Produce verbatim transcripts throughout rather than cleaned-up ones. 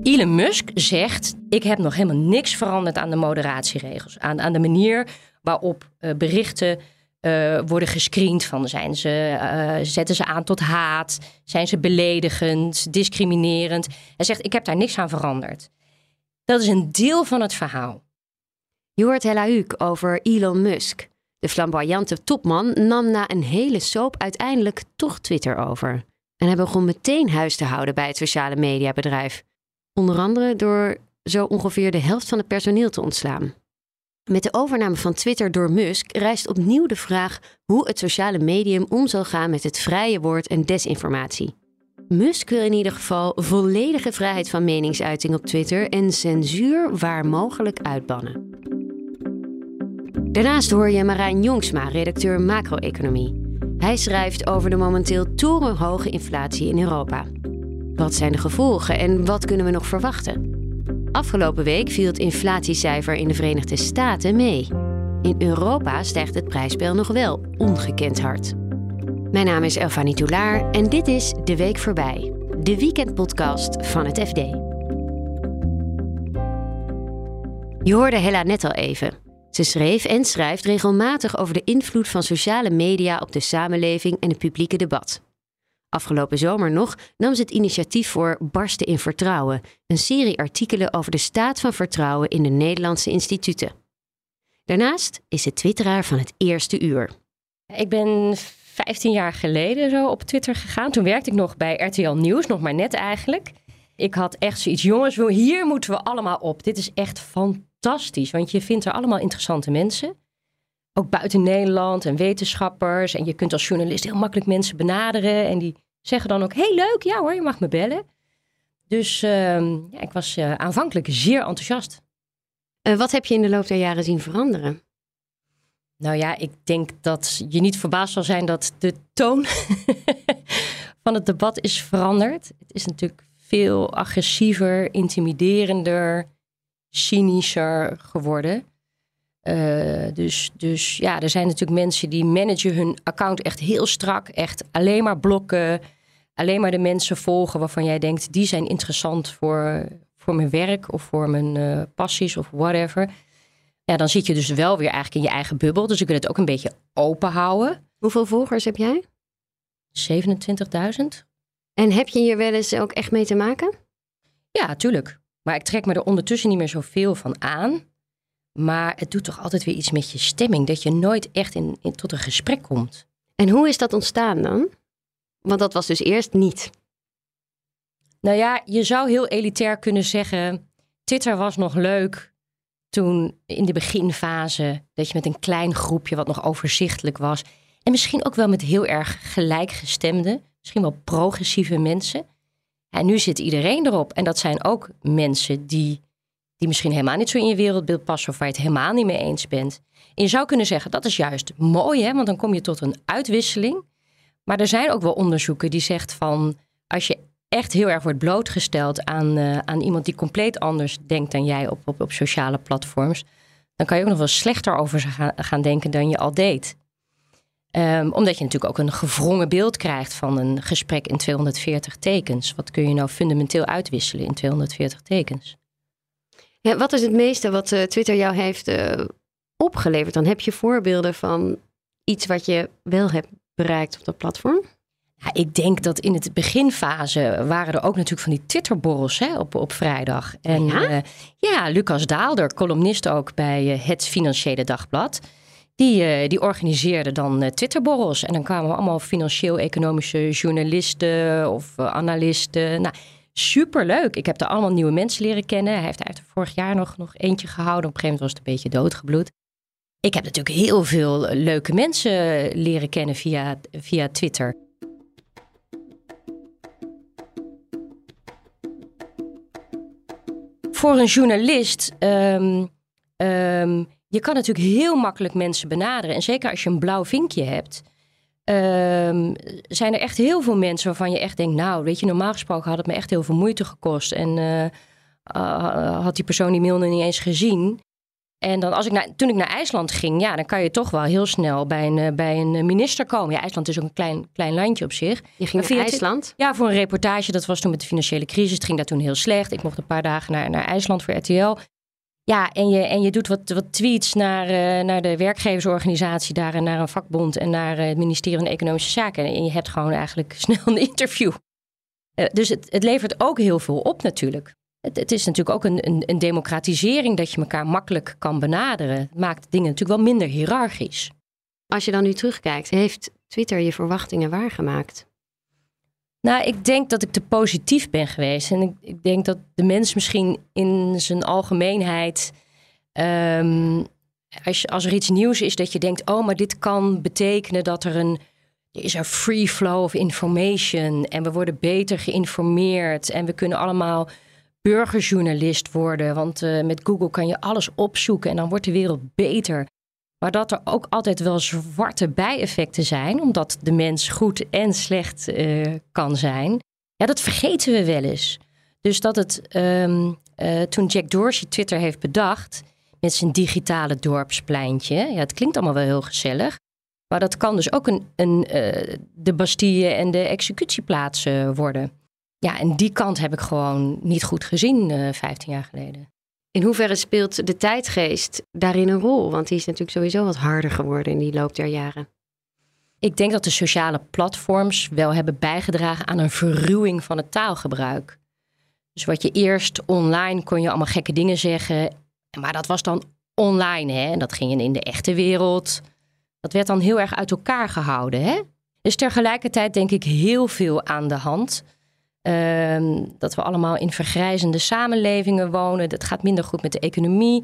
Elon Musk zegt, ik heb nog helemaal niks veranderd aan de moderatieregels. Aan, aan de manier waarop uh, berichten uh, worden gescreend. Van zijn ze, uh, zetten ze aan tot haat? Zijn ze beledigend, discriminerend? Hij zegt, ik heb daar niks aan veranderd. Dat is een deel van het verhaal. Je hoort Hella Huuk over Elon Musk. De flamboyante topman nam na een hele soap uiteindelijk toch Twitter over. En hij begon meteen huis te houden bij het sociale mediabedrijf. Onder andere door zo ongeveer de helft van het personeel te ontslaan. Met de overname van Twitter door Musk rijst opnieuw de vraag hoe het sociale medium om zal gaan met het vrije woord en desinformatie. Musk wil in ieder geval volledige vrijheid van meningsuiting op Twitter en censuur waar mogelijk uitbannen. Daarnaast hoor je Marijn Jongsma, redacteur macro-economie. Hij schrijft over de momenteel torenhoge inflatie in Europa. Wat zijn de gevolgen en wat kunnen we nog verwachten? Afgelopen week viel het inflatiecijfer in de Verenigde Staten mee. In Europa stijgt het prijspeil nog wel ongekend hard. Mijn naam is Elfanie Toulaar en dit is De Week Voorbij, de weekendpodcast van het F D. Je hoorde Hella net al even. Ze schreef en schrijft regelmatig over de invloed van sociale media op de samenleving en het publieke debat. Afgelopen zomer nog nam ze het initiatief voor Barsten in Vertrouwen, een serie artikelen over de staat van vertrouwen in de Nederlandse instituten. Daarnaast is ze twitteraar van het eerste uur. Ik ben vijftien jaar geleden zo op Twitter gegaan. Toen werkte ik nog bij R T L Nieuws, nog maar net eigenlijk. Ik had echt zoiets, jongens, hier moeten we allemaal op. Dit is echt fantastisch, want je vindt er allemaal interessante mensen. Ook buiten Nederland en wetenschappers. En je kunt als journalist heel makkelijk mensen benaderen. En die zeggen dan ook, hey leuk, ja hoor, je mag me bellen. Dus uh, ja, ik was uh, aanvankelijk zeer enthousiast. Uh, wat heb je in de loop der jaren zien veranderen? Nou ja, ik denk dat je niet verbaasd zal zijn dat de toon van het debat is veranderd. Het is natuurlijk veel agressiever, intimiderender, cynischer geworden. Uh, dus, dus ja, er zijn natuurlijk mensen die managen hun account echt heel strak. Echt alleen maar blokken, alleen maar de mensen volgen waarvan jij denkt, die zijn interessant voor, voor mijn werk of voor mijn uh, passies of whatever. Ja, dan zit je dus wel weer eigenlijk in je eigen bubbel. Dus ik wil het ook een beetje open houden. Hoeveel volgers heb jij? zevenentwintigduizend. En heb je hier wel eens ook echt mee te maken? Ja, tuurlijk. Maar ik trek me er ondertussen niet meer zoveel van aan. Maar het doet toch altijd weer iets met je stemming. Dat je nooit echt in, in, tot een gesprek komt. En hoe is dat ontstaan dan? Want dat was dus eerst niet. Nou ja, je zou heel elitair kunnen zeggen, Twitter was nog leuk toen in de beginfase, dat je met een klein groepje wat nog overzichtelijk was. En misschien ook wel met heel erg gelijkgestemde, misschien wel progressieve mensen. En nu zit iedereen erop. En dat zijn ook mensen die, die misschien helemaal niet zo in je wereldbeeld passen of waar je het helemaal niet mee eens bent. En je zou kunnen zeggen, dat is juist mooi, hè? Want dan kom je tot een uitwisseling. Maar er zijn ook wel onderzoeken die zegt van, als je echt heel erg wordt blootgesteld aan, uh, aan iemand die compleet anders denkt dan jij op, op, op sociale platforms, dan kan je ook nog wel slechter over ze gaan, gaan denken dan je al deed. Um, omdat je natuurlijk ook een gewrongen beeld krijgt van een gesprek in tweehonderdveertig tekens. Wat kun je nou fundamenteel uitwisselen in tweehonderdveertig tekens? Ja, wat is het meeste wat uh, Twitter jou heeft uh, opgeleverd? Dan heb je voorbeelden van iets wat je wel hebt bereikt op dat platform? Ja, ik denk dat in de beginfase waren er ook natuurlijk van die Twitterborrels hè, op, op vrijdag. En ja? Uh, ja, Lucas Daalder, columnist ook bij uh, het Financiële Dagblad, die, uh, die organiseerde dan uh, Twitterborrels. En dan kwamen allemaal financieel-economische journalisten of uh, analisten. Nou, superleuk. Ik heb er allemaal nieuwe mensen leren kennen. Hij heeft, hij heeft er vorig jaar nog, nog eentje gehouden. Op een gegeven moment was het een beetje doodgebloed. Ik heb natuurlijk heel veel leuke mensen leren kennen via, via Twitter. Voor een journalist, um, um, je kan natuurlijk heel makkelijk mensen benaderen. En zeker als je een blauw vinkje hebt, um, zijn er echt heel veel mensen waarvan je echt denkt, nou, weet je, normaal gesproken had het me echt heel veel moeite gekost. En uh, uh, had die persoon die mail nog niet eens gezien. En dan als ik naar, toen ik naar IJsland ging, ja, dan kan je toch wel heel snel bij een, bij een minister komen. Ja, IJsland is ook een klein, klein landje op zich. Je ging naar IJsland? Ja, voor een reportage. Dat was toen met de financiële crisis. Het ging daar toen heel slecht. Ik mocht een paar dagen naar, naar IJsland voor R T L. Ja, en je, en je doet wat, wat tweets naar, uh, naar de werkgeversorganisatie daar en naar een vakbond en naar uh, het ministerie van Economische Zaken. En je hebt gewoon eigenlijk snel een interview. Uh, dus het, het levert ook heel veel op natuurlijk. Het, het is natuurlijk ook een, een, een democratisering dat je elkaar makkelijk kan benaderen. Het maakt dingen natuurlijk wel minder hiërarchisch. Als je dan nu terugkijkt, heeft Twitter je verwachtingen waargemaakt? Nou, ik denk dat ik te positief ben geweest. En ik, ik denk dat de mens misschien in zijn algemeenheid... Um, als, je, als er iets nieuws is dat je denkt... oh, maar dit kan betekenen dat er een... er is een free flow of information... en we worden beter geïnformeerd... en we kunnen allemaal burgerjournalist worden... want uh, met Google kan je alles opzoeken... en dan wordt de wereld beter... Maar dat er ook altijd wel zwarte bijeffecten zijn... omdat de mens goed en slecht uh, kan zijn. Ja, dat vergeten we wel eens. Dus dat het um, uh, toen Jack Dorsey Twitter heeft bedacht... met zijn digitale dorpspleintje... ja, het klinkt allemaal wel heel gezellig... maar dat kan dus ook een, een, uh, de Bastille en de executieplaats uh, worden. Ja, en die kant heb ik gewoon niet goed gezien uh, vijftien jaar geleden. In hoeverre speelt de tijdgeest daarin een rol? Want die is natuurlijk sowieso wat harder geworden in die loop der jaren. Ik denk dat de sociale platforms wel hebben bijgedragen aan een verruwing van het taalgebruik. Dus wat je eerst online kon je allemaal gekke dingen zeggen. Maar dat was dan online, hè? En dat ging in de echte wereld. Dat werd dan heel erg uit elkaar gehouden, hè? Dus tegelijkertijd denk ik heel veel aan de hand... Um, dat we allemaal in vergrijzende samenlevingen wonen. Het gaat minder goed met de economie.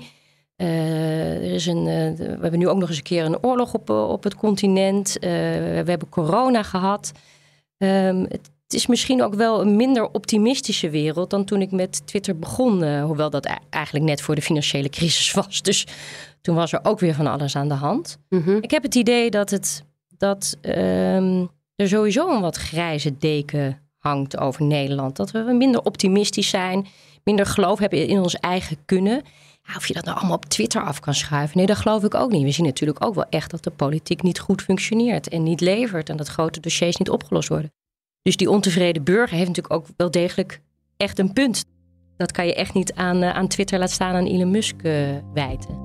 Uh, er is een, uh, we hebben nu ook nog eens een keer een oorlog op, op het continent. Uh, we hebben corona gehad. Um, het is misschien ook wel een minder optimistische wereld... dan toen ik met Twitter begon. Uh, hoewel dat eigenlijk net voor de financiële crisis was. Dus toen was er ook weer van alles aan de hand. Mm-hmm. Ik heb het idee dat, het, dat um, er sowieso een wat grijze deken... hangt over Nederland. Dat we minder optimistisch zijn, minder geloof hebben in ons eigen kunnen. Ja, of je dat nou allemaal op Twitter af kan schuiven, nee, dat geloof ik ook niet. We zien natuurlijk ook wel echt dat de politiek niet goed functioneert en niet levert en dat grote dossiers niet opgelost worden. Dus die ontevreden burger heeft natuurlijk ook wel degelijk echt een punt. Dat kan je echt niet aan, uh, aan Twitter laten staan aan Elon Musk uh, wijten.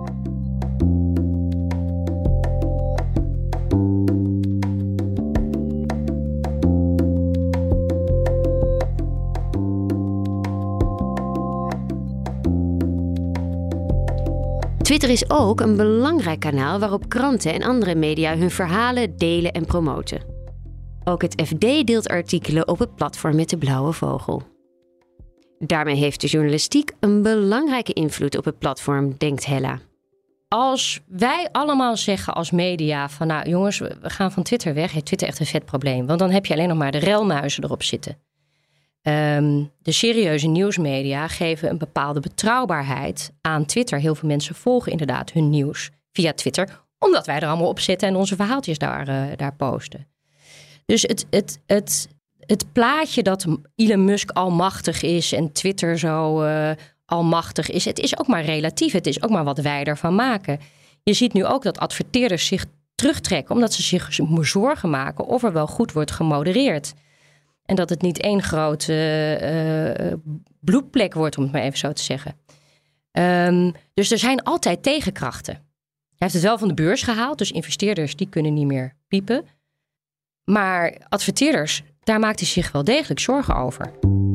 Twitter is ook een belangrijk kanaal waarop kranten en andere media hun verhalen delen en promoten. Ook het F D deelt artikelen op het platform met de blauwe vogel. Daarmee heeft de journalistiek een belangrijke invloed op het platform, denkt Hella. Als wij allemaal zeggen als media van nou jongens, we gaan van Twitter weg, heeft Twitter echt een vet probleem. Want dan heb je alleen nog maar de relmuizen erop zitten. Um, de serieuze nieuwsmedia geven een bepaalde betrouwbaarheid aan Twitter. Heel veel mensen volgen inderdaad hun nieuws via Twitter, omdat wij er allemaal op zitten en onze verhaaltjes daar, uh, daar posten. Dus het, het, het, het plaatje dat Elon Musk almachtig is en Twitter zo uh, almachtig is, het is ook maar relatief. Het is ook maar wat wij ervan maken. Je ziet nu ook dat adverteerders zich terugtrekken, omdat ze zich zorgen maken of er wel goed wordt gemodereerd. En dat het niet één grote uh, bloedplek wordt, om het maar even zo te zeggen. Um, dus er zijn altijd tegenkrachten. Hij heeft het wel van de beurs gehaald, dus investeerders die kunnen niet meer piepen. Maar adverteerders, daar maakt hij zich wel degelijk zorgen over.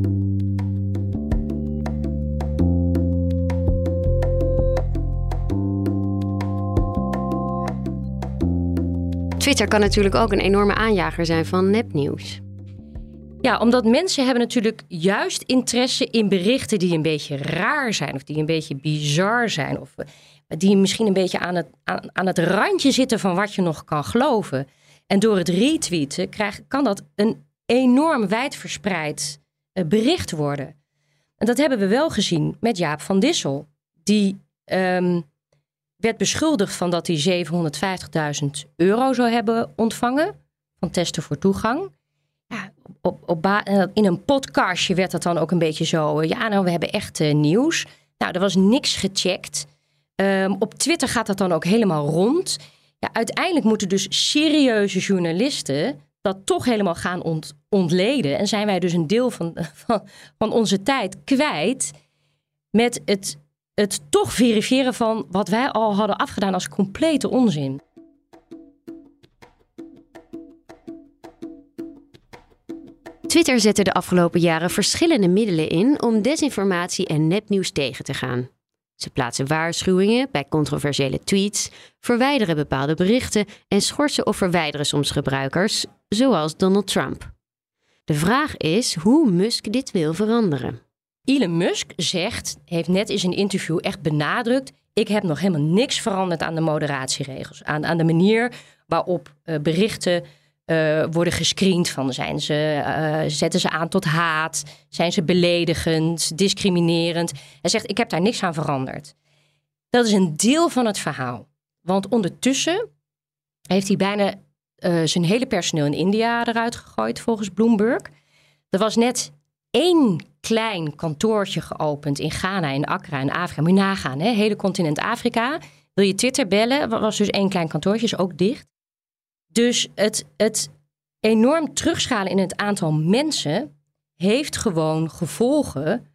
Twitter kan natuurlijk ook een enorme aanjager zijn van nepnieuws. Ja, omdat mensen hebben natuurlijk juist interesse in berichten die een beetje raar zijn. Of die een beetje bizar zijn. Of die misschien een beetje aan het, aan, aan het randje zitten van wat je nog kan geloven. En door het retweeten krijg, kan dat een enorm wijdverspreid uh, bericht worden. En dat hebben we wel gezien met Jaap van Dissel. Die um, werd beschuldigd van dat hij zevenhonderdvijftigduizend euro zou hebben ontvangen. Van testen voor toegang. Ja, op, op ba- in een podcastje werd dat dan ook een beetje zo. Ja, nou, we hebben echt uh, nieuws. Nou, er was niks gecheckt. Um, op Twitter gaat dat dan ook helemaal rond. Ja, uiteindelijk moeten dus serieuze journalisten dat toch helemaal gaan ont- ontleden. En zijn wij dus een deel van, van, van onze tijd kwijt met het, het toch verifiëren van wat wij al hadden afgedaan als complete onzin. Twitter zette de afgelopen jaren verschillende middelen in om desinformatie en nepnieuws tegen te gaan. Ze plaatsen waarschuwingen bij controversiële tweets, verwijderen bepaalde berichten en schorsen of verwijderen soms gebruikers, zoals Donald Trump. De vraag is hoe Musk dit wil veranderen. Elon Musk zegt, heeft net in zijn interview echt benadrukt, ik heb nog helemaal niks veranderd aan de moderatieregels, aan, aan de manier waarop uh, berichten Uh, worden gescreend van. Zijn ze, uh, zetten ze aan tot haat? Zijn ze beledigend, discriminerend? Hij zegt, ik heb daar niks aan veranderd. Dat is een deel van het verhaal. Want ondertussen heeft hij bijna uh, zijn hele personeel in India eruit gegooid, volgens Bloomberg. Er was net één klein kantoortje geopend in Ghana, in Accra, in Afrika. Moet je nagaan, hè? Hele continent Afrika. Wil je Twitter bellen? Was dus één klein kantoortje, is ook dicht. Dus het, het enorm terugschalen in het aantal mensen heeft gewoon gevolgen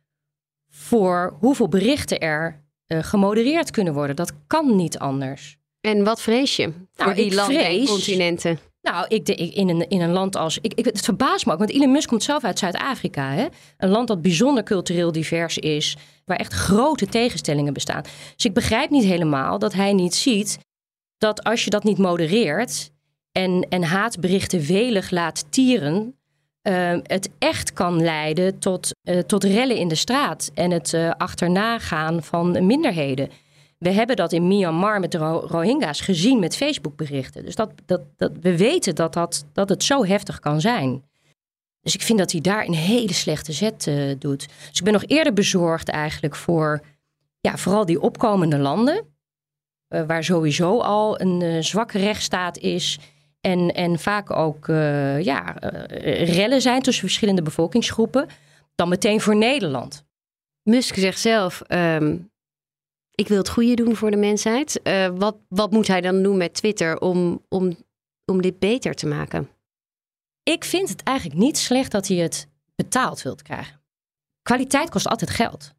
voor hoeveel berichten er uh, gemodereerd kunnen worden. Dat kan niet anders. En wat vrees je voor nou, die landen vrees, en continenten? Nou, ik, de, ik, in, een, in een land als... Ik, ik, het verbaast me ook, want Elon Musk komt zelf uit Zuid-Afrika. Hè? Een land dat bijzonder cultureel divers is, waar echt grote tegenstellingen bestaan. Dus ik begrijp niet helemaal dat hij niet ziet dat als je dat niet modereert En, en haatberichten welig laat tieren, uh, het echt kan leiden tot, uh, tot rellen in de straat en het uh, achterna gaan van minderheden. We hebben dat in Myanmar met de Ro- Rohingya's gezien met Facebookberichten. Dus dat, dat, dat, we weten dat, dat, dat het zo heftig kan zijn. Dus ik vind dat hij daar een hele slechte zet uh, doet. Dus ik ben nog eerder bezorgd eigenlijk voor ja, vooral die opkomende landen, uh, waar sowieso al een uh, zwakke rechtsstaat is. En, en vaak ook uh, ja, uh, rellen zijn tussen verschillende bevolkingsgroepen. Dan meteen voor Nederland. Musk zegt zelf, um, ik wil het goede doen voor de mensheid. Uh, wat, wat moet hij dan doen met Twitter om, om, om dit beter te maken? Ik vind het eigenlijk niet slecht dat hij het betaald wilt krijgen. Kwaliteit kost altijd geld.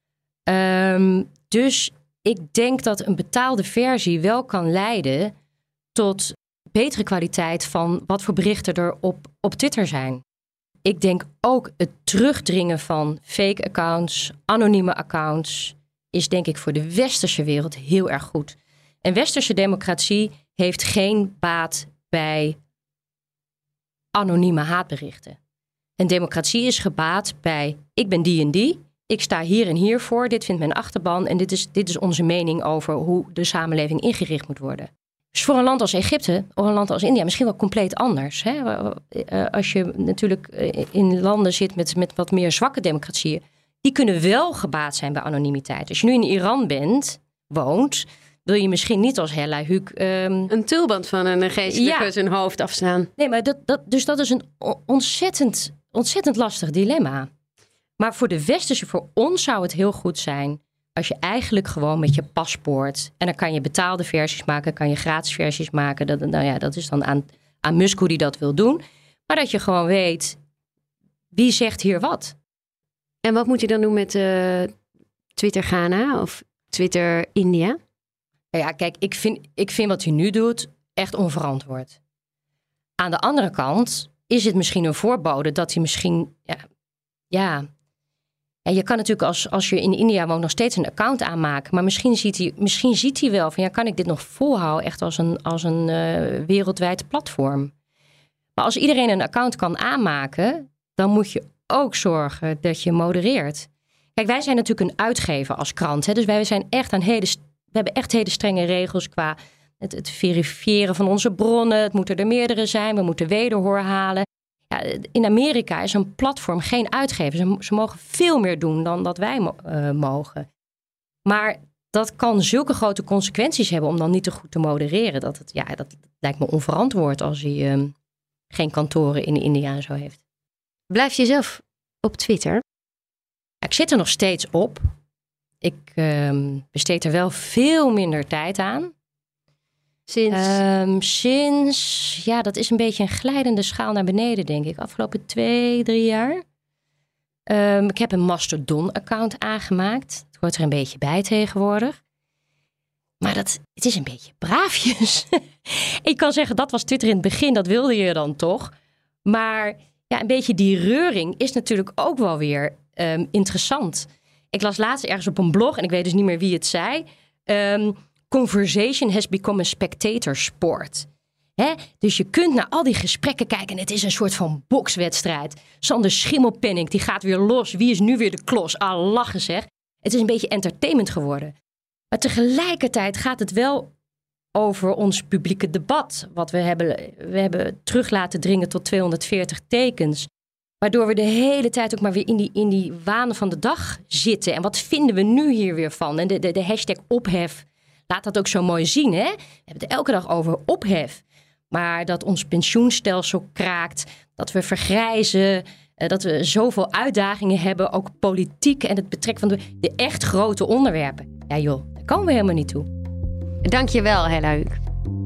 Um, dus ik denk dat een betaalde versie wel kan leiden tot betere kwaliteit van wat voor berichten er op, op Twitter zijn. Ik denk ook het terugdringen van fake accounts, anonieme accounts, is denk ik voor de westerse wereld heel erg goed. En westerse democratie heeft geen baat bij anonieme haatberichten. Een democratie is gebaat bij ik ben die en die, ik sta hier en hier voor, dit vindt mijn achterban en dit is, dit is onze mening over hoe de samenleving ingericht moet worden. Dus voor een land als Egypte of een land als India misschien wel compleet anders. Hè? Als je natuurlijk in landen zit met, met wat meer zwakke democratieën, die kunnen wel gebaat zijn bij anonimiteit. Als je nu in Iran bent, woont, wil je misschien niet als Hella Huuk Um... een tulband van een geestelijke ja. zijn hoofd afstaan. Nee, maar dat, dat, dus dat is een ontzettend, ontzettend lastig dilemma. Maar voor de westerse, voor ons zou het heel goed zijn als je eigenlijk gewoon met je paspoort, en dan kan je betaalde versies maken, kan je gratis versies maken. Dat, nou ja, dat is dan aan, aan Musk hoe die dat wil doen. Maar dat je gewoon weet, wie zegt hier wat? En wat moet je dan doen met uh, Twitter Ghana of Twitter India? Ja, kijk, ik vind, ik vind wat hij nu doet echt onverantwoord. Aan de andere kant is het misschien een voorbode dat hij misschien, ja, ja. En je kan natuurlijk als, als je in India woont nog steeds een account aanmaken. Maar misschien ziet hij, misschien ziet hij wel van ja, kan ik dit nog volhouden echt als een, als een uh, wereldwijd platform. Maar als iedereen een account kan aanmaken, dan moet je ook zorgen dat je modereert. Kijk, wij zijn natuurlijk een uitgever als krant. Hè? Dus wij zijn echt aan hele, we hebben echt hele strenge regels qua het, het verifiëren van onze bronnen. Het moeten er meerdere zijn. We moeten wederhoor halen. Ja, in Amerika is een platform geen uitgever. Ze, ze mogen veel meer doen dan dat wij mo- uh, mogen. Maar dat kan zulke grote consequenties hebben om dan niet te goed te modereren. Dat, het, ja, dat lijkt me onverantwoord als hij uh, geen kantoren in India en zo heeft. Blijf je zelf op Twitter? Ja, ik zit er nog steeds op. ik um, besteed er wel veel minder tijd aan. Sinds? Um, sinds, ja, dat is een beetje een glijdende schaal naar beneden, denk ik. Afgelopen twee, drie jaar. Um, ik heb een Mastodon-account aangemaakt. Het hoort er een beetje bij tegenwoordig. Maar dat, het is een beetje braafjes. Ik kan zeggen, dat was Twitter in het begin. Dat wilde je dan toch. Maar ja, een beetje die reuring is natuurlijk ook wel weer um, interessant. Ik las laatst ergens op een blog, en ik weet dus niet meer wie het zei. Um, Conversation has become a spectator sport. Hè? Dus je kunt naar al die gesprekken kijken en het is een soort van bokswedstrijd. Sander Schimmelpenninck, die gaat weer los. Wie is nu weer de klos? Ah, lachen zeg. Het is een beetje entertainment geworden. Maar tegelijkertijd gaat het wel over ons publieke debat. Wat we hebben, we hebben terug laten dringen tot tweehonderdveertig tekens. Waardoor we de hele tijd ook maar weer in die, in die waan van de dag zitten. En wat vinden we nu hier weer van? En de, de, de hashtag ophef laat dat ook zo mooi zien. Hè? We hebben het elke dag over ophef. Maar dat ons pensioenstelsel kraakt, dat we vergrijzen, dat we zoveel uitdagingen hebben, ook politiek en het betrekken van de, de echt grote onderwerpen. Ja joh, daar komen we helemaal niet toe. Dank je wel, Hella Huuk.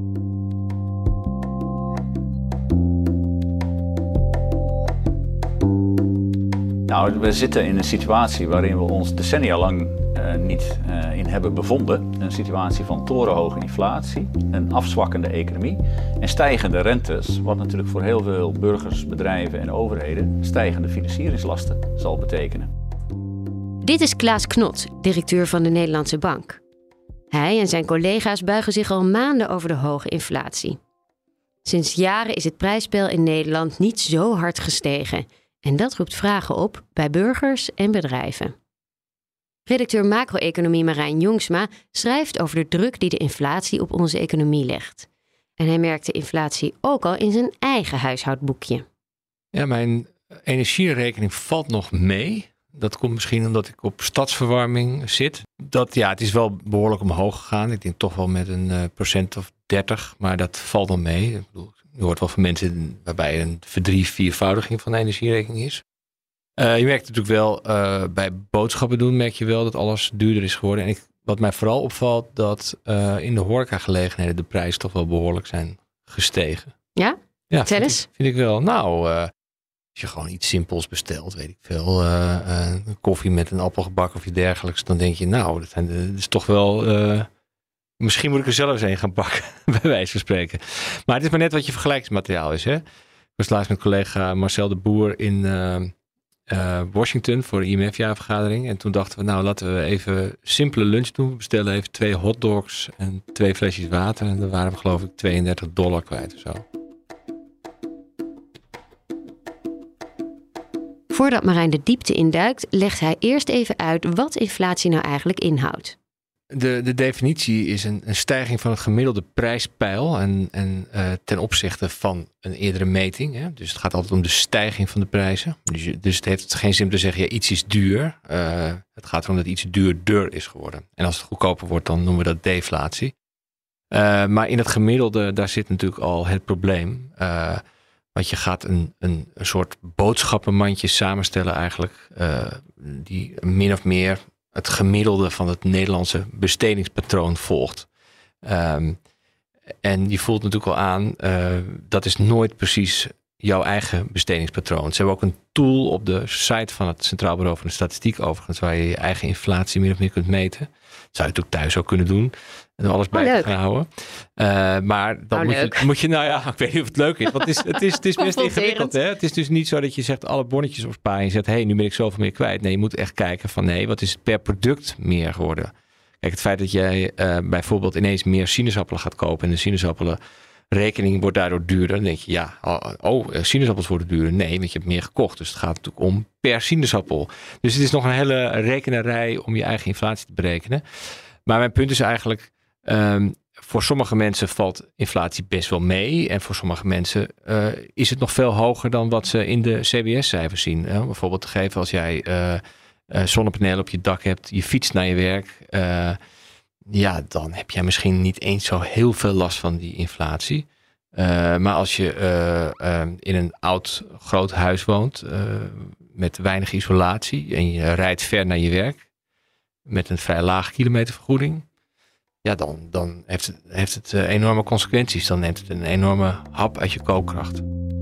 Nou, we zitten in een situatie waarin we ons decennia lang uh, niet uh, in hebben bevonden. Een situatie van torenhoge inflatie, een afzwakkende economie en stijgende rentes. Wat natuurlijk voor heel veel burgers, bedrijven en overheden stijgende financieringslasten zal betekenen. Dit is Klaas Knot, directeur van de Nederlandse Bank. Hij en zijn collega's buigen zich al maanden over de hoge inflatie. Sinds jaren is het prijspeil in Nederland niet zo hard gestegen. En dat roept vragen op bij burgers en bedrijven. Redacteur macro-economie Marijn Jongsma schrijft over de druk die de inflatie op onze economie legt. En hij merkt de inflatie ook al in zijn eigen huishoudboekje. Ja, mijn energierekening valt nog mee. Dat komt misschien omdat ik op stadsverwarming zit. Dat, ja, het is wel behoorlijk omhoog gegaan. Ik denk toch wel met een uh, procent of dertig, maar dat valt dan mee. Ik bedoel, je hoort wel van mensen waarbij een verdrie, viervoudiging van de energierekening is. Uh, je merkt natuurlijk wel, uh, bij boodschappen doen merk je wel dat alles duurder is geworden. En ik, wat mij vooral opvalt, dat uh, in de horecagelegenheden de prijzen toch wel behoorlijk zijn gestegen. Ja? Ja, Tel eens. Vind ik, vind ik wel. Nou, uh, als je gewoon iets simpels bestelt, weet ik veel, uh, uh, koffie met een appelgebak of iets dergelijks, dan denk je, nou, dat, zijn de, dat is toch wel... Uh, Misschien moet ik er zelf eens een gaan pakken, bij wijze van spreken. Maar het is maar net wat je vergelijkingsmateriaal is. Hè? Ik was laatst met collega Marcel de Boer in uh, uh, Washington voor de I M F-jaarvergadering. En toen dachten we, nou laten we even simpele lunch doen. We bestellen even twee hotdogs en twee flesjes water. En dan waren we geloof ik tweeëndertig dollar kwijt of zo. Voordat Marijn de diepte induikt, legt hij eerst even uit wat inflatie nou eigenlijk inhoudt. De, de definitie is een, een stijging van het gemiddelde prijspeil en, en uh, ten opzichte van een eerdere meting. Hè? Dus het gaat altijd om de stijging van de prijzen. Dus, je, dus het heeft geen zin om te zeggen, ja, iets is duur. Uh, het gaat erom dat iets duurder is geworden. En als het goedkoper wordt, dan noemen we dat deflatie. Uh, maar in het gemiddelde, daar zit natuurlijk al het probleem. Uh, want je gaat een, een, een soort boodschappenmandje samenstellen eigenlijk, uh, die min of meer het gemiddelde van het Nederlandse bestedingspatroon volgt. Um, en je voelt natuurlijk al aan, uh, dat is nooit precies jouw eigen bestedingspatroon. Ze hebben ook een tool op de site van het Centraal Bureau van de Statistiek overigens, waar je je eigen inflatie min of meer kunt meten. Dat zou je natuurlijk thuis ook kunnen doen. En er alles oh, bij leuk. te gaan houden. Uh, maar dan oh, moet, je, moet je, nou ja, ik weet niet of het leuk is. Want het is, het is, het is best ingewikkeld. Hè? Het is dus niet zo dat je zegt alle bonnetjes opsparen. En je zegt, hé, hey, nu ben ik zoveel meer kwijt. Nee, je moet echt kijken van, nee, wat is het per product meer geworden? Kijk, het feit dat jij uh, bijvoorbeeld ineens meer sinaasappelen gaat kopen. En de sinaasappelrekening wordt daardoor duurder. Dan denk je, ja, oh, sinaasappels worden duurder. Nee, want je hebt meer gekocht. Dus het gaat natuurlijk om per sinaasappel. Dus het is nog een hele rekenarij om je eigen inflatie te berekenen. Maar mijn punt is eigenlijk, Um, voor sommige mensen valt inflatie best wel mee. En voor sommige mensen uh, is het nog veel hoger dan wat ze in de C B S-cijfers zien. Uh, bijvoorbeeld te geven als jij uh, uh, zonnepanelen op je dak hebt, je fietst naar je werk. Uh, ja, dan heb jij misschien niet eens zo heel veel last van die inflatie. Uh, maar als je uh, uh, in een oud groot huis woont uh, met weinig isolatie en je rijdt ver naar je werk, met een vrij lage kilometervergoeding. Ja, dan, dan heeft het, heeft het uh, enorme consequenties. Dan neemt het een enorme hap uit je koopkracht.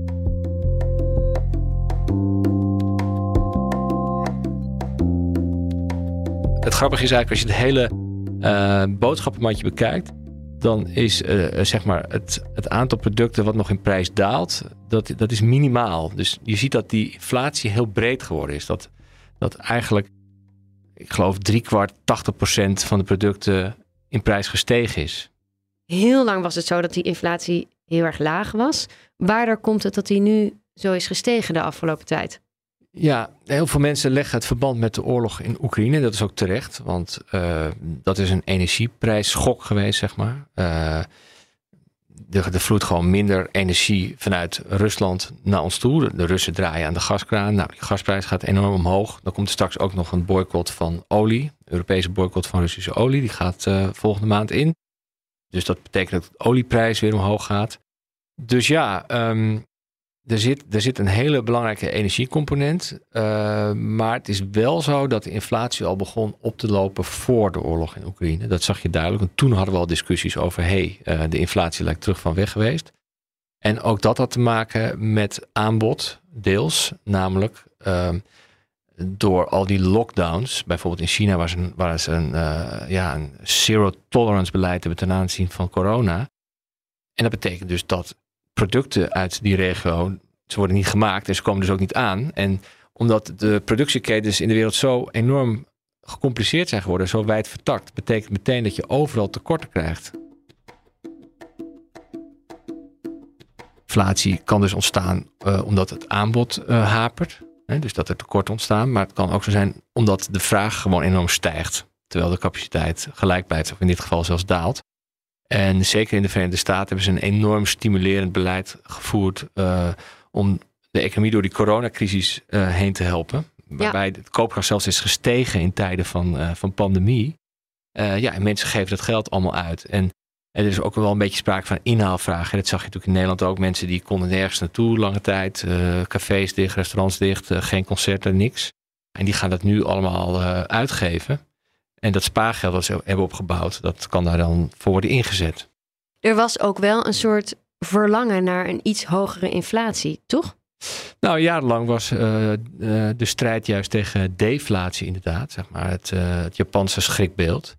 Het grappige is eigenlijk, als je het hele uh, boodschappenmandje bekijkt, dan is uh, zeg maar het, het aantal producten wat nog in prijs daalt, dat, dat is minimaal. Dus je ziet dat die inflatie heel breed geworden is. Dat, dat eigenlijk, ik geloof driekwart, tachtig procent van de producten in prijs gestegen is. Heel lang was het zo dat die inflatie heel erg laag was. Waardoor komt het dat die nu zo is gestegen de afgelopen tijd? Ja, heel veel mensen leggen het verband met de oorlog in Oekraïne. Dat is ook terecht, want uh, dat is een energieprijsschok geweest, zeg maar. Uh, er, er vloeit gewoon minder energie vanuit Rusland naar ons toe. De Russen draaien aan de gaskraan. Nou, die gasprijs gaat enorm omhoog. Dan komt er straks ook nog een boycott van olie. De Europese boycott van Russische olie. Die gaat uh, volgende maand in. Dus dat betekent dat de olieprijs weer omhoog gaat. Dus ja, um, er, zit, er zit een hele belangrijke energiecomponent. Uh, maar het is wel zo dat de inflatie al begon op te lopen voor de oorlog in Oekraïne. Dat zag je duidelijk. Want toen hadden we al discussies over, hé, hey, uh, de inflatie lijkt terug van weg geweest. En ook dat had te maken met aanbod, deels. Namelijk uh, door al die lockdowns. Bijvoorbeeld in China waar ze een, waar ze een, uh, ja, een zero tolerance beleid hebben ten aanzien van corona. En dat betekent dus dat producten uit die regio, ze worden niet gemaakt en ze komen dus ook niet aan. En omdat de productieketens in de wereld zo enorm gecompliceerd zijn geworden, zo wijd vertakt, betekent meteen dat je overal tekorten krijgt. Inflatie kan dus ontstaan uh, omdat het aanbod uh, hapert. Hè, dus dat er tekorten ontstaan. Maar het kan ook zo zijn omdat de vraag gewoon enorm stijgt. Terwijl de capaciteit gelijk blijft, of in dit geval zelfs daalt. En zeker in de Verenigde Staten hebben ze een enorm stimulerend beleid gevoerd uh, om de economie door die coronacrisis uh, heen te helpen. Waarbij ja. het koopkracht zelfs is gestegen in tijden van, uh, van pandemie. Uh, ja, en mensen geven dat geld allemaal uit. En er is ook wel een beetje sprake van inhaalvragen. Dat zag je natuurlijk in Nederland ook. Mensen die konden nergens naartoe lange tijd. Uh, cafés dicht, restaurants dicht, uh, geen concerten, niks. En die gaan dat nu allemaal uh, uitgeven. En dat spaargeld dat ze hebben opgebouwd, dat kan daar dan voor worden ingezet. Er was ook wel een soort verlangen naar een iets hogere inflatie, toch? Nou, jarenlang was uh, uh, de strijd juist tegen deflatie inderdaad. Zeg maar het, uh, het Japanse schrikbeeld.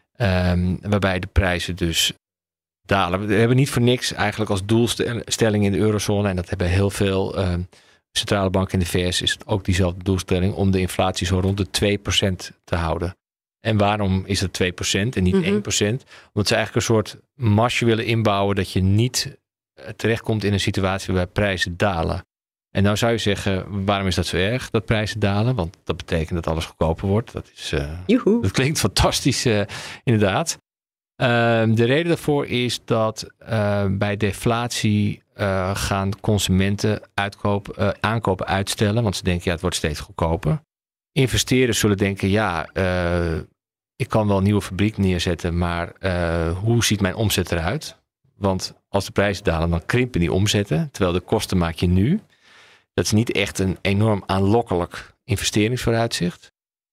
Um, waarbij de prijzen dus dalen. We hebben niet voor niks eigenlijk als doelstelling in de eurozone. En dat hebben heel veel uh, centrale banken in de V S. Is het ook diezelfde doelstelling om de inflatie zo rond de twee procent te houden. En waarom is het twee procent en niet mm-hmm. één procent? Omdat ze eigenlijk een soort masje willen inbouwen dat je niet terechtkomt in een situatie waarbij prijzen dalen. En nou zou je zeggen, waarom is dat zo erg dat prijzen dalen? Want dat betekent dat alles goedkoper wordt. Dat, is, uh, dat klinkt fantastisch uh, inderdaad. Uh, de reden daarvoor is dat uh, bij deflatie uh, gaan consumenten uitkopen, uh, aankopen uitstellen. Want ze denken, ja, het wordt steeds goedkoper. Investeerders zullen denken, ja, uh, ik kan wel een nieuwe fabriek neerzetten, maar uh, hoe ziet mijn omzet eruit? Want als de prijzen dalen, dan krimpen die omzetten, terwijl de kosten maak je nu. Dat is niet echt een enorm aanlokkelijk investeringsvooruitzicht.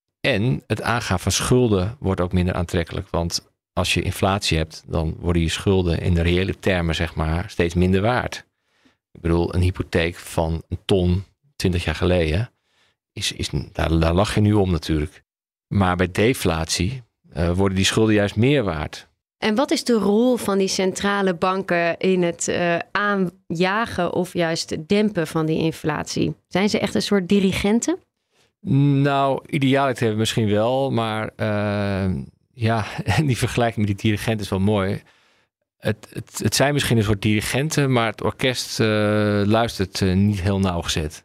En het aangaan van schulden wordt ook minder aantrekkelijk, want als je inflatie hebt, dan worden je schulden in de reële termen, zeg maar, steeds minder waard. Ik bedoel, een hypotheek van een ton twintig jaar geleden, Is, is, daar, daar lach je nu om natuurlijk. Maar bij deflatie uh, worden die schulden juist meer waard. En wat is de rol van die centrale banken in het uh, aanjagen of juist dempen van die inflatie? Zijn ze echt een soort dirigenten? Nou, idealiter misschien wel. Maar uh, ja, die vergelijking met die dirigenten is wel mooi. Het, het, het zijn misschien een soort dirigenten, maar het orkest uh, luistert uh, niet heel nauwgezet.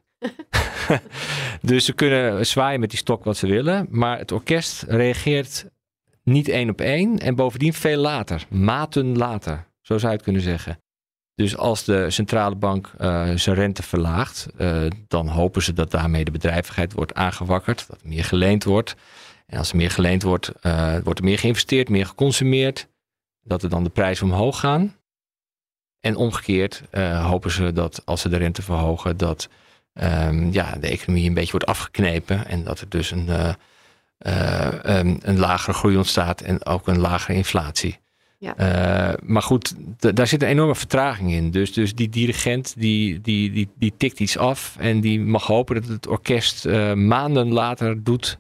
Dus ze kunnen zwaaien met die stok wat ze willen. Maar het orkest reageert niet één op één. En bovendien veel later. Maten later. Zo zou je het kunnen zeggen. Dus als de centrale bank uh, zijn rente verlaagt. Uh, dan hopen ze dat daarmee de bedrijvigheid wordt aangewakkerd. Dat er meer geleend wordt. En als er meer geleend wordt, uh, wordt er meer geïnvesteerd. Meer geconsumeerd. Dat er dan de prijzen omhoog gaan. En omgekeerd uh, hopen ze dat als ze de rente verhogen, dat Um, ja, de economie een beetje wordt afgeknepen en dat er dus een, uh, uh, um, een lagere groei ontstaat en ook een lagere inflatie. Ja. Uh, maar goed, d- daar zit een enorme vertraging in. Dus, dus die dirigent die, die, die, die tikt iets af en die mag hopen dat het orkest uh, maanden later doet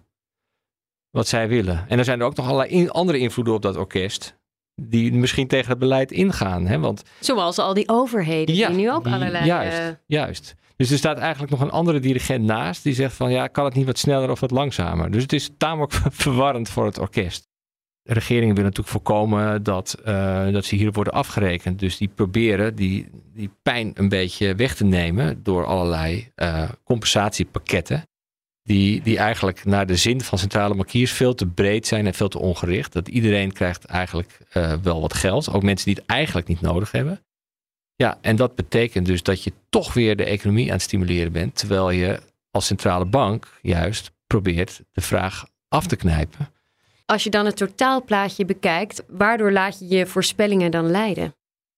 wat zij willen. En er zijn er ook nog allerlei in, andere invloeden op dat orkest die misschien tegen het beleid ingaan. Hè? Want, zoals al die overheden ja, die nu ook allerlei... Juist, uh... juist. Dus er staat eigenlijk nog een andere dirigent naast die zegt van ja, kan het niet wat sneller of wat langzamer? Dus het is tamelijk verwarrend voor het orkest. De regering wil natuurlijk voorkomen dat, uh, dat ze hier worden afgerekend. Dus die proberen die, die pijn een beetje weg te nemen door allerlei uh, compensatiepakketten. Die, die eigenlijk naar de zin van centrale bankiers veel te breed zijn en veel te ongericht. Dat iedereen krijgt eigenlijk uh, wel wat geld. Ook mensen die het eigenlijk niet nodig hebben. Ja, en dat betekent dus dat je toch weer de economie aan het stimuleren bent. Terwijl je als centrale bank juist probeert de vraag af te knijpen. Als je dan het totaalplaatje bekijkt, waardoor laat je je voorspellingen dan leiden?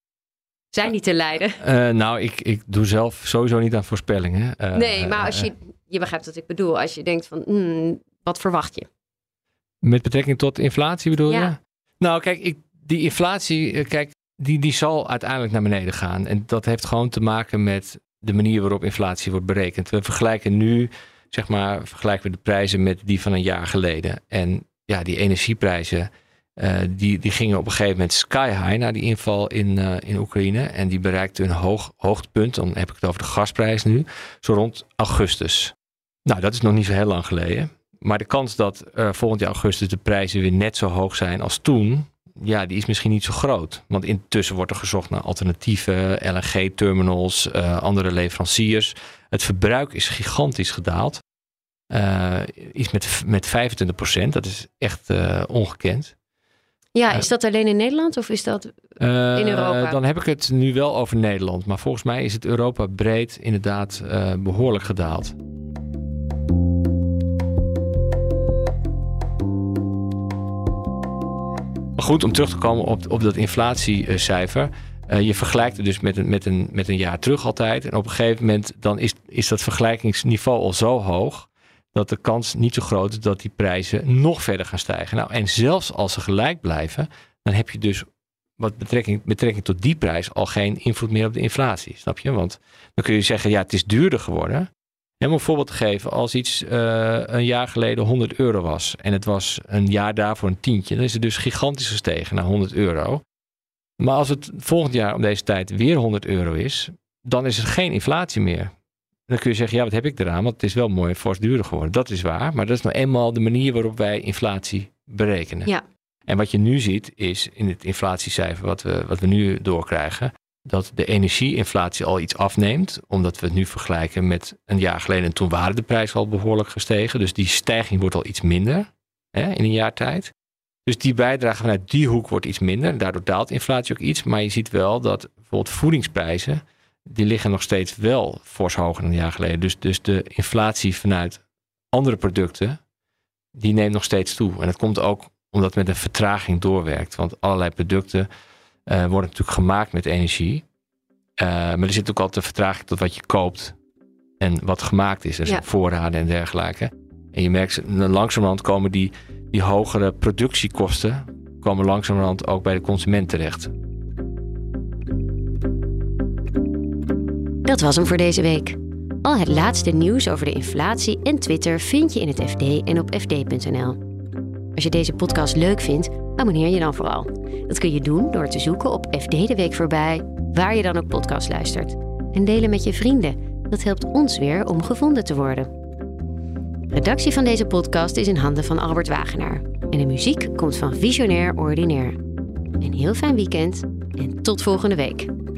Zijn die te leiden? Uh, nou, ik, ik doe zelf sowieso niet aan voorspellingen. Uh, nee, maar als je, je begrijpt wat ik bedoel. Als je denkt van, hmm, wat verwacht je? Met betrekking tot inflatie bedoel ja. je? Nou, kijk, ik, die inflatie, kijk, die, die zal uiteindelijk naar beneden gaan. En dat heeft gewoon te maken met de manier waarop inflatie wordt berekend. We vergelijken nu, zeg maar, vergelijken we de prijzen met die van een jaar geleden. En ja, die energieprijzen, uh, die, die gingen op een gegeven moment sky high na die inval in, uh, in Oekraïne. En die bereikten een hoog, hoogtepunt, dan heb ik het over de gasprijs nu, zo rond augustus. Nou, dat is nog niet zo heel lang geleden. Maar de kans dat uh, volgend jaar augustus de prijzen weer net zo hoog zijn als toen, ja, die is misschien niet zo groot. Want intussen wordt er gezocht naar alternatieve L N G-terminals, uh, andere leveranciers. Het verbruik is gigantisch gedaald. Uh, iets met, met vijfentwintig procent. Dat is echt uh, ongekend. Ja, is dat alleen in Nederland of is dat uh, in Europa? Dan heb ik het nu wel over Nederland. Maar volgens mij is het Europa breed inderdaad uh, behoorlijk gedaald. Maar goed, om terug te komen op, op dat inflatiecijfer. Uh, je vergelijkt het dus met een, met, een, met een jaar terug altijd. En op een gegeven moment dan is, is dat vergelijkingsniveau al zo hoog dat de kans niet zo groot is dat die prijzen nog verder gaan stijgen. Nou, en zelfs als ze gelijk blijven, dan heb je dus wat betrekking, betrekking tot die prijs al geen invloed meer op de inflatie. Snap je? Want dan kun je zeggen, ja, het is duurder geworden. En om een voorbeeld te geven, als iets uh, een jaar geleden honderd euro was en het was een jaar daarvoor een tientje, dan is het dus gigantisch gestegen naar honderd euro. Maar als het volgend jaar om deze tijd weer honderd euro is, dan is er geen inflatie meer. Dan kun je zeggen, ja, wat heb ik eraan? Want het is wel mooi fors duurder geworden. Dat is waar, maar dat is nou eenmaal de manier waarop wij inflatie berekenen. Ja. En wat je nu ziet is in het inflatiecijfer wat we, wat we nu doorkrijgen, dat de energieinflatie al iets afneemt, omdat we het nu vergelijken met een jaar geleden. En toen waren de prijzen al behoorlijk gestegen. Dus die stijging wordt al iets minder hè, in een jaar tijd. Dus die bijdrage vanuit die hoek wordt iets minder. Daardoor daalt inflatie ook iets. Maar je ziet wel dat bijvoorbeeld voedingsprijzen, die liggen nog steeds wel fors hoger dan een jaar geleden. Dus, dus de inflatie vanuit andere producten, die neemt nog steeds toe. En dat komt ook omdat het met een vertraging doorwerkt. Want allerlei producten uh, worden natuurlijk gemaakt met energie. Uh, maar er zit ook altijd een vertraging tot wat je koopt en wat gemaakt is. Er zijn ja. voorraden en dergelijke. En je merkt, langzamerhand komen die, die hogere productiekosten komen langzamerhand ook bij de consument terecht. Dat was hem voor deze week. Al het laatste nieuws over de inflatie en Twitter vind je in het F D en op f d punt n l. Als je deze podcast leuk vindt, abonneer je dan vooral. Dat kun je doen door te zoeken op F D de Week voorbij, waar je dan ook podcast luistert. En delen met je vrienden. Dat helpt ons weer om gevonden te worden. Redactie van deze podcast is in handen van Albert Wagenaar. En de muziek komt van Visionair Ordinaire. Een heel fijn weekend en tot volgende week.